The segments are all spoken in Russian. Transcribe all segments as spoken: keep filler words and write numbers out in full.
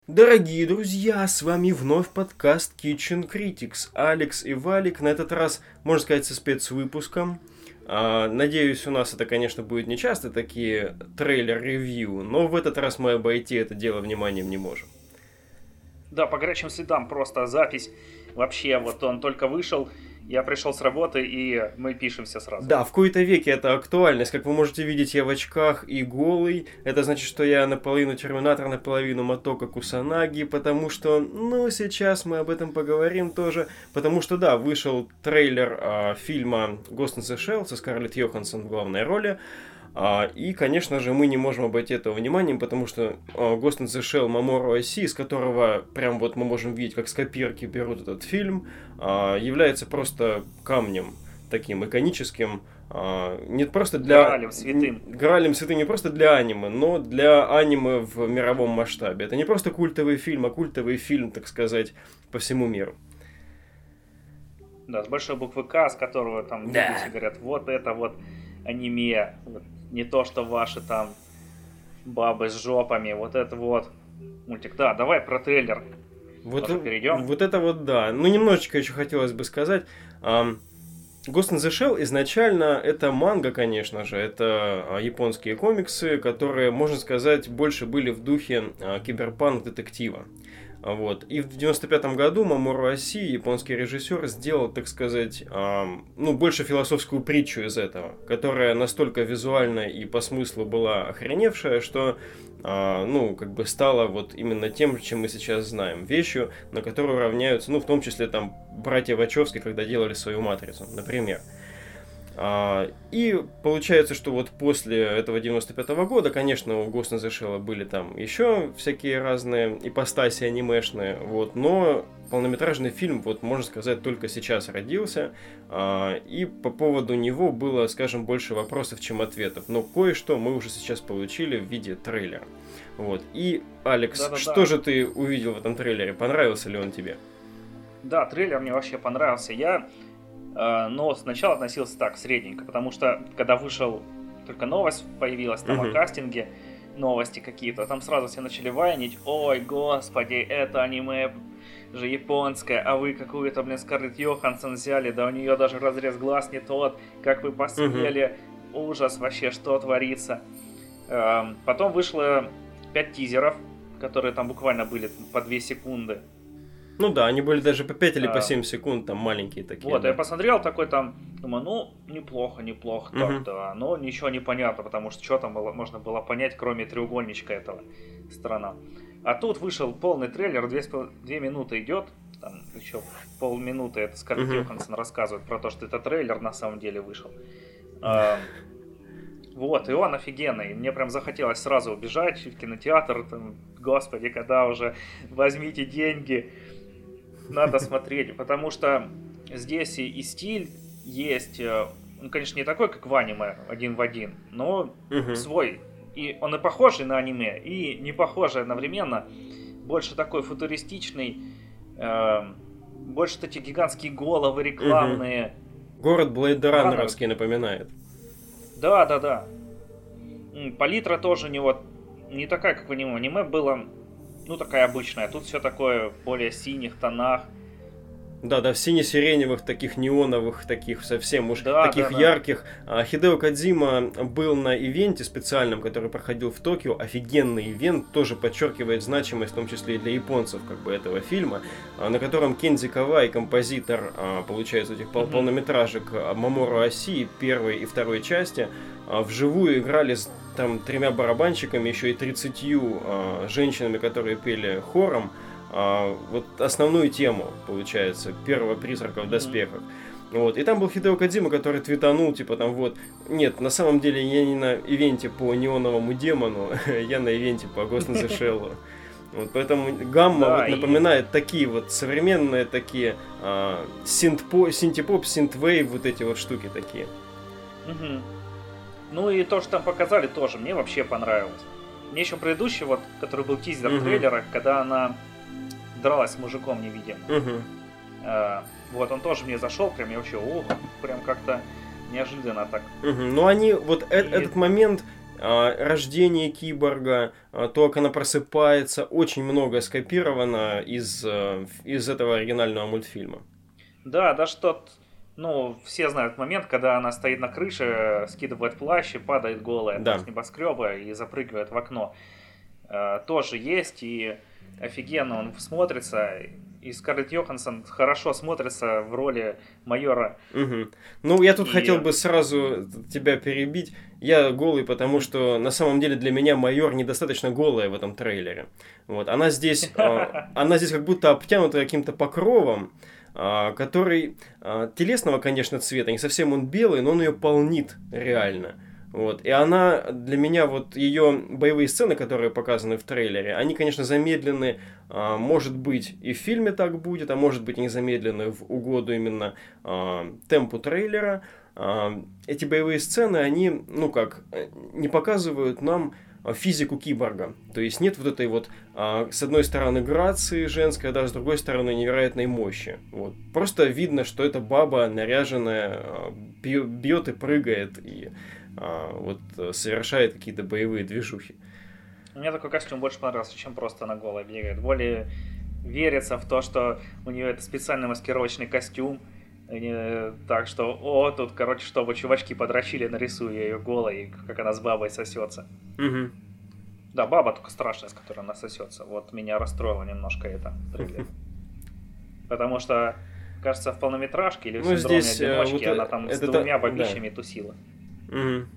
Дорогие друзья, с вами вновь подкаст Kitchen Critics. Алекс и Валик, на этот раз, можно сказать, со спецвыпуском. А, надеюсь, у нас это, конечно, будет не часто такие трейлер-ревью, но в этот раз мы обойти это дело вниманием не можем. Да, по горячим следам просто запись. Вообще, вот он только вышел, я пришел с работы, и мы пишемся сразу. Да, в кои-то веке это актуальность. Как вы можете видеть, я в очках и голый. Это значит, что я наполовину Терминатор, наполовину Мотока Кусанаги, потому что, ну, сейчас мы об этом поговорим тоже. Потому что, да, вышел трейлер а, фильма Ghost in the Shell со Скарлетт Йоханссон в главной роли. А, и, конечно же, мы не можем обойти этого вниманием, потому что а, Ghost in the Shell Мамору Оси, из которого прям вот мы можем видеть, как с копирки берут этот фильм, а, является просто камнем таким иконическим, а, не просто для... Граалем святым. Граалем святым не просто для аниме, но для аниме в мировом масштабе. Это не просто культовый фильм, а культовый фильм, так сказать, по всему миру. Да, с большой буквы К, с которого там Да. люди говорят, вот это вот аниме, вот, не то, что ваши там бабы с жопами, вот это вот мультик. Да, давай про трейлер. Вот, Может, перейдем? вот это вот да. Ну, немножечко еще хотелось бы сказать. Um, Ghost in the Shell изначально это манга, конечно же, это а, японские комиксы, которые, можно сказать, больше были в духе а, киберпанк-детектива. Вот. И в девяносто пятом году Мамору Оси, японский режиссер, сделал, так сказать, эм, ну, больше философскую притчу из этого, которая настолько визуально и по смыслу была охреневшая, что, э, ну, как бы стала вот именно тем, чем мы сейчас знаем, вещью, на которую равняются, ну, в том числе там братья Вачовски, когда делали свою матрицу, например. А, и получается, что вот после этого девяносто пятого года, конечно, у Ghost in the Shell были там еще всякие разные ипостаси анимешные, вот, но полнометражный фильм, вот, можно сказать, только сейчас родился, а, и по поводу него было, скажем, больше вопросов, чем ответов, но кое-что мы уже сейчас получили в виде трейлера. Вот. И, Алекс, Да-да-да. что же ты увидел в этом трейлере? Понравился ли он тебе? Да, трейлер мне вообще понравился. Я Но сначала относился так, средненько, потому что, когда вышел, только новость появилась там uh-huh. о кастинге, новости какие-то, там сразу все начали вайнить, ой, господи, это аниме же японское, а вы какую-то, блин, Скарлетт Йоханссон взяли, да у нее даже разрез глаз не тот, как вы посмели, uh-huh. ужас вообще, что творится. Потом вышло пять тизеров, которые там буквально были по две секунды. Ну да, они были даже по пять или а, по семь секунд, там маленькие такие. Вот, да. я посмотрел такой там, думаю, ну, неплохо, неплохо, так, uh-huh. да, но ничего не понятно, потому что что там было, можно было понять, кроме треугольничка этого сторона. А тут вышел полный трейлер, две, две минуты идет, там еще полминуты это Скарлетт uh-huh. Йоханссон рассказывает про то, что это трейлер на самом деле вышел. А, вот, и он офигенный, мне прям захотелось сразу убежать в кинотеатр, там, господи, когда уже возьмите деньги. Надо смотреть, потому что здесь и, и стиль есть, он, конечно, не такой, как в аниме, один в один, но uh-huh. свой. И он и похожий на аниме, и не похожий одновременно. Больше такой футуристичный, э, больше эти гигантские головы рекламные. Uh-huh. Город блейдраннеровский напоминает. Да, да, да. Палитра тоже не вот не такая, как в аниме. Аниме было... Ну, такая обычная. Тут все такое в более синих тонах. Да, да, в сине-сиреневых, таких неоновых, таких совсем уж да, таких да, ярких. Да. Хидео Кодзима был на ивенте специальном, который проходил в Токио. Офигенный ивент, тоже подчеркивает значимость, в том числе и для японцев, как бы, этого фильма, на котором Кензи Кавай, композитор, получается, этих пол- mm-hmm. полнометражек Мамору Оси первой и второй части, вживую играли с там тремя барабанщиками, еще и тридцатью а, женщинами, которые пели хором, а, вот основную тему, получается, первого призрака в доспехах. Mm-hmm. Вот. И там был Хидео Кодзима, который твитанул, типа там вот, нет, на самом деле я не на ивенте по неоновому демону, я на ивенте по Ghost in the Shell. Вот, поэтому гамма да, вот напоминает и... такие вот современные такие а, синт-поп, синтепоп, синт-вейв, вот эти вот штуки такие. Угу. Ну и то, что там показали, тоже мне вообще понравилось. Мне еще предыдущий, вот, который был тизер uh-huh. трейлера, когда она дралась с мужиком невидимым. Uh-huh. А, вот, он тоже мне зашел, прям я вообще, ох, прям как-то неожиданно так. Uh-huh. Ну они, вот и... э- этот момент а, рождение киборга, а, то, как она просыпается, очень много скопировано из, а, из этого оригинального мультфильма. Да, да что, ну, все знают момент, когда она стоит на крыше, скидывает плащ и падает голая Да. там, с небоскреба и запрыгивает в окно. Э, тоже есть, и офигенно он смотрится. И Скарлетт Йоханссон хорошо смотрится в роли майора. Угу. Ну, я тут И- хотел бы сразу тебя перебить. Я голый, потому что на самом деле для меня майор недостаточно голая в этом трейлере. Вот. Она здесь, а, она здесь как будто обтянута каким-то покровом, а, который а, телесного, конечно, цвета, не совсем он белый, но он ее полнит реально. Вот. И она, для меня, вот ее боевые сцены, которые показаны в трейлере, они, конечно, замедлены, а, может быть, и в фильме так будет, а может быть, не замедлены в угоду именно а, темпу трейлера. А, эти боевые сцены, они, ну как, не показывают нам физику киборга. То есть нет вот этой вот, а, с одной стороны, грации женской, да, с другой стороны, невероятной мощи. Вот. Просто видно, что это баба наряженная, а, бьет и прыгает, и а, вот совершает какие-то боевые движухи. Мне такой костюм больше понравился, чем просто она голая бегает. Более верится в то, что у нее это специальный маскировочный костюм. И, так что, о, тут, короче, чтобы чувачки подрочили, нарисую я ее голой, как она с бабой сосется. Угу. Да, баба только страшная, с которой она сосется. Вот меня расстроило немножко это трейлер. Потому что, кажется, в полнометражке или в Ну, синдроме здесь, э, одиночки вот она там с это- двумя да. бабищами тусила. Угу.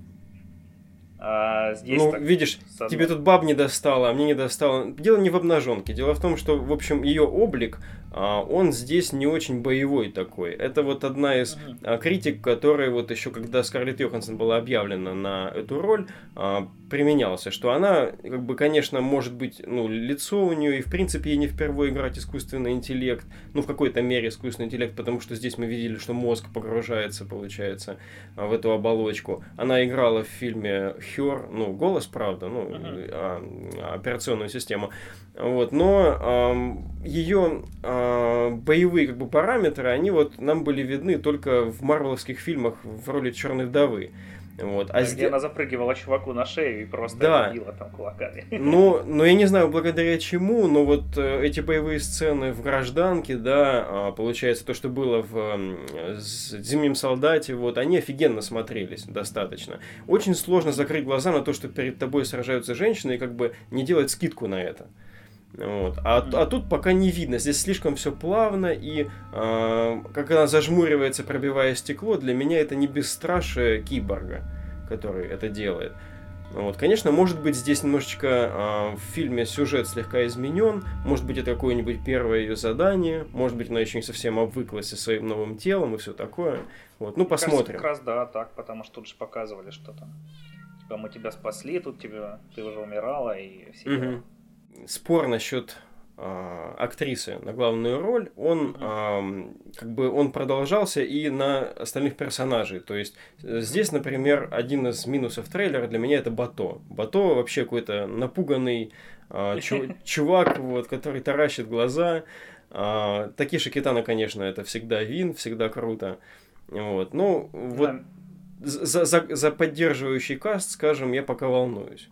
А здесь Ну, так, видишь, с одной. тебе тут баб не достало, а мне не достало. Дело не в обнаженке. Дело в том, что, в общем, ее облик, а, он здесь не очень боевой такой. Это вот одна из Мгм. а, критик, которая вот еще, когда Скарлетт Йоханссон была объявлена на эту роль, а, применялся, что она, как бы, конечно, может быть, ну, лицо у нее, и, в принципе, ей не впервые играть искусственный интеллект, ну, в какой-то мере искусственный интеллект, потому что здесь мы видели, что мозг погружается, получается, а, в эту оболочку. Она играла в фильме Her, ну, голос, правда, ну, Мгм. а, операционную систему, вот, но ам, ее а, боевые, как бы, параметры, они вот нам были видны только в марвеловских фильмах в роли Черной вдовы. Вот. А Да, зде- где она запрыгивала чуваку на шею и просто Да. это била там кулаками. Ну, но я не знаю, благодаря чему, но вот э, эти боевые сцены в «Гражданке», да, а, получается, то, что было в м, с- «Зимнем солдате», вот, они офигенно смотрелись достаточно. Очень сложно закрыть глаза на то, что перед тобой сражаются женщины, и как бы не делать скидку на это. Вот. А, Мгм. а тут пока не видно, здесь слишком все плавно, и а, как она зажмуривается, пробивая стекло, для меня это не бесстрашие киборга, который это делает. Вот. Конечно, может быть, здесь немножечко а, в фильме сюжет слегка изменен, может быть, это какое-нибудь первое ее задание, может быть, она еще не совсем обвыклась со своим новым телом и все такое. Вот. Ну, Кажется, посмотрим. как раз да, так, потому что тут же показывали, что там. Типа мы тебя спасли, тут тебя, ты уже умирала и все дела. Мгм. Спор насчет а, актрисы на главную роль, он Мгм. ам, как бы он продолжался и на остальных персонажей. То есть э, здесь, например, один из минусов трейлера для меня это Бато. Бато вообще какой-то напуганный а, чу- чувак, вот, который таращит глаза. А, Такеши Китано, конечно, это всегда вин, всегда круто. Вот. Ну, вот Да. за, за, за поддерживающий каст, скажем, я пока волнуюсь.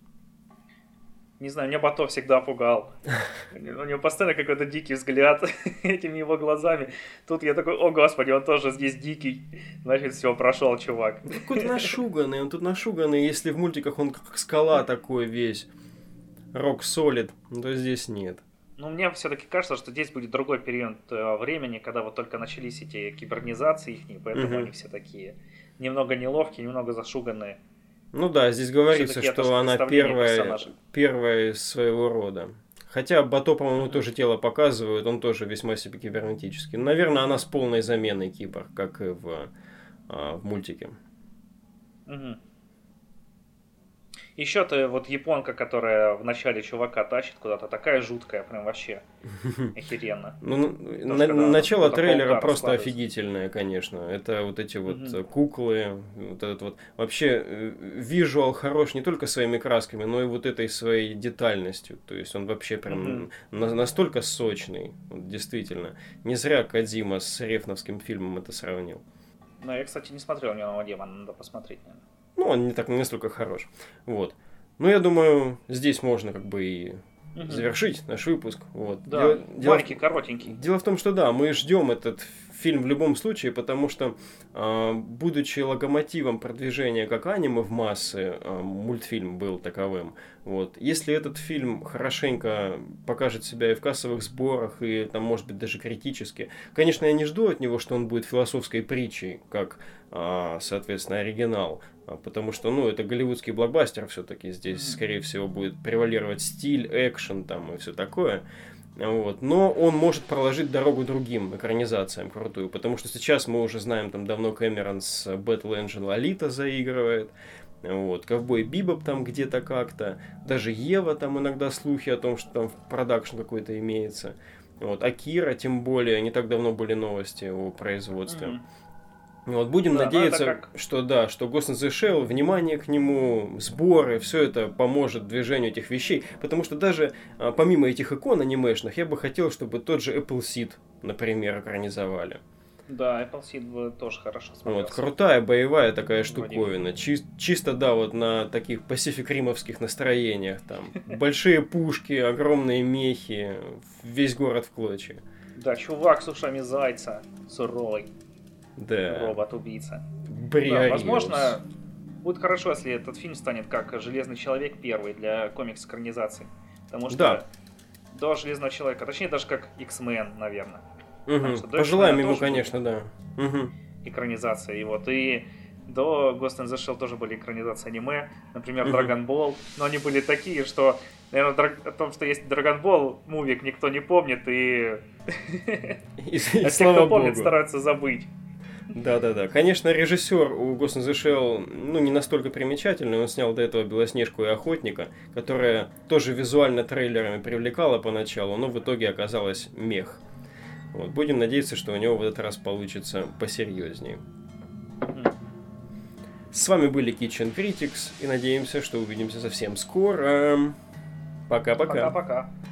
Не знаю, меня Бато всегда пугал. У него постоянно какой-то дикий взгляд этими его глазами. Тут я такой, о господи, он тоже здесь дикий. Значит, все, прошел чувак. Какой-то нашуганный, он тут нашуганный, если в мультиках он как скала такой весь, рок солид, то здесь нет. Ну, мне все-таки кажется, что здесь будет другой период э, времени, когда вот только начались эти кибернизации их, поэтому Мгм. они все такие немного неловкие, немного зашуганные. Ну да, здесь говорится, Всё-таки это же что она представление первая, персонажа. первая из своего рода. Хотя Бато, по-моему, Мгм. тоже тело показывает, он тоже весьма себе кибернетический. Наверное, она с полной заменой киборг, как и в, а, в мультике. Мгм. Еще ты вот японка, которая в начале чувака тащит куда-то, такая жуткая, прям вообще охеренно. Ну, ну, Потому на- что когда начало какого-то трейлера паука просто раскладывается. офигительное, конечно. Это вот эти вот Мгм. э, куклы, вот этот вот. Вообще, э, визуал хорош не только своими красками, но и вот этой своей детальностью. То есть он вообще прям Мгм. на- настолько сочный, вот, действительно. Не зря Кодзима с Рефновским фильмом это сравнил. Ну, я, кстати, не смотрел ни одного демона, надо посмотреть, наверное. Ну, он не так, не настолько хорош. Вот. Но я думаю, здесь можно как бы и угу. завершить наш выпуск. Вот. Да, дело, маленький, дело, коротенький. Дело в том, что да, мы ждем этот фильм в любом случае, потому что, э, будучи локомотивом продвижения как аниме в массы, э, мультфильм был таковым. Вот. Если этот фильм хорошенько покажет себя и в кассовых сборах, и там, может быть, даже критически, конечно, я не жду от него, что он будет философской притчей, как, э, соответственно, оригинал. Потому что, ну, это голливудский блокбастер все-таки. Здесь, скорее всего, будет превалировать стиль, экшен там и все такое. Вот. Но он может проложить дорогу другим экранизациям крутую, потому что сейчас мы уже знаем, там давно Кэмерон с Battle Angel Алита заигрывает, вот. Ковбой Бибоп там где-то как-то, даже Ева там иногда слухи о том, что там продакшн какой-то имеется, вот. Акира тем более, не так давно были новости о производстве. Mm-hmm. Вот, будем да, надеяться, как... что да, что Ghost in the Shell, внимание к нему, сборы, все это поможет движению этих вещей. Потому что даже а, помимо этих икон анимешных, я бы хотел, чтобы тот же Appleseed, например, экранизовали. Да, Appleseed бы тоже хорошо смотрелся. Вот, крутая боевая такая штуковина. Чи- чисто, да, вот на таких Pacific Rim'овских настроениях. Там большие пушки, огромные мехи, весь город в клочья. Да, чувак с ушами зайца, суровый. Да. Робот-убийца. Да, возможно, будет хорошо, если этот фильм станет как «Железный человек» первый для комикс-экранизации. Потому что да. до «Железного человека», точнее даже как X-Men, наверное. Угу. Пожелаем ему, конечно, да. Угу. Экранизация. И вот и до Ghost in the Shell тоже были экранизации аниме. Например, Dragon Ball. Но они были такие, что, наверное, драг... о том, что есть Dragon Ball, мувик никто не помнит. И, и, а те, кто помнит, стараются забыть. Да-да-да. Конечно, режиссер у Ghost in the Shell, ну, не настолько примечательный. Он снял до этого «Белоснежку и Охотника», которая тоже визуально трейлерами привлекала поначалу, но в итоге оказалась мех. Вот. Будем надеяться, что у него в этот раз получится посерьезнее. Mm. С вами были Kitchen Critics, и надеемся, что увидимся совсем скоро. Пока-пока. Пока-пока.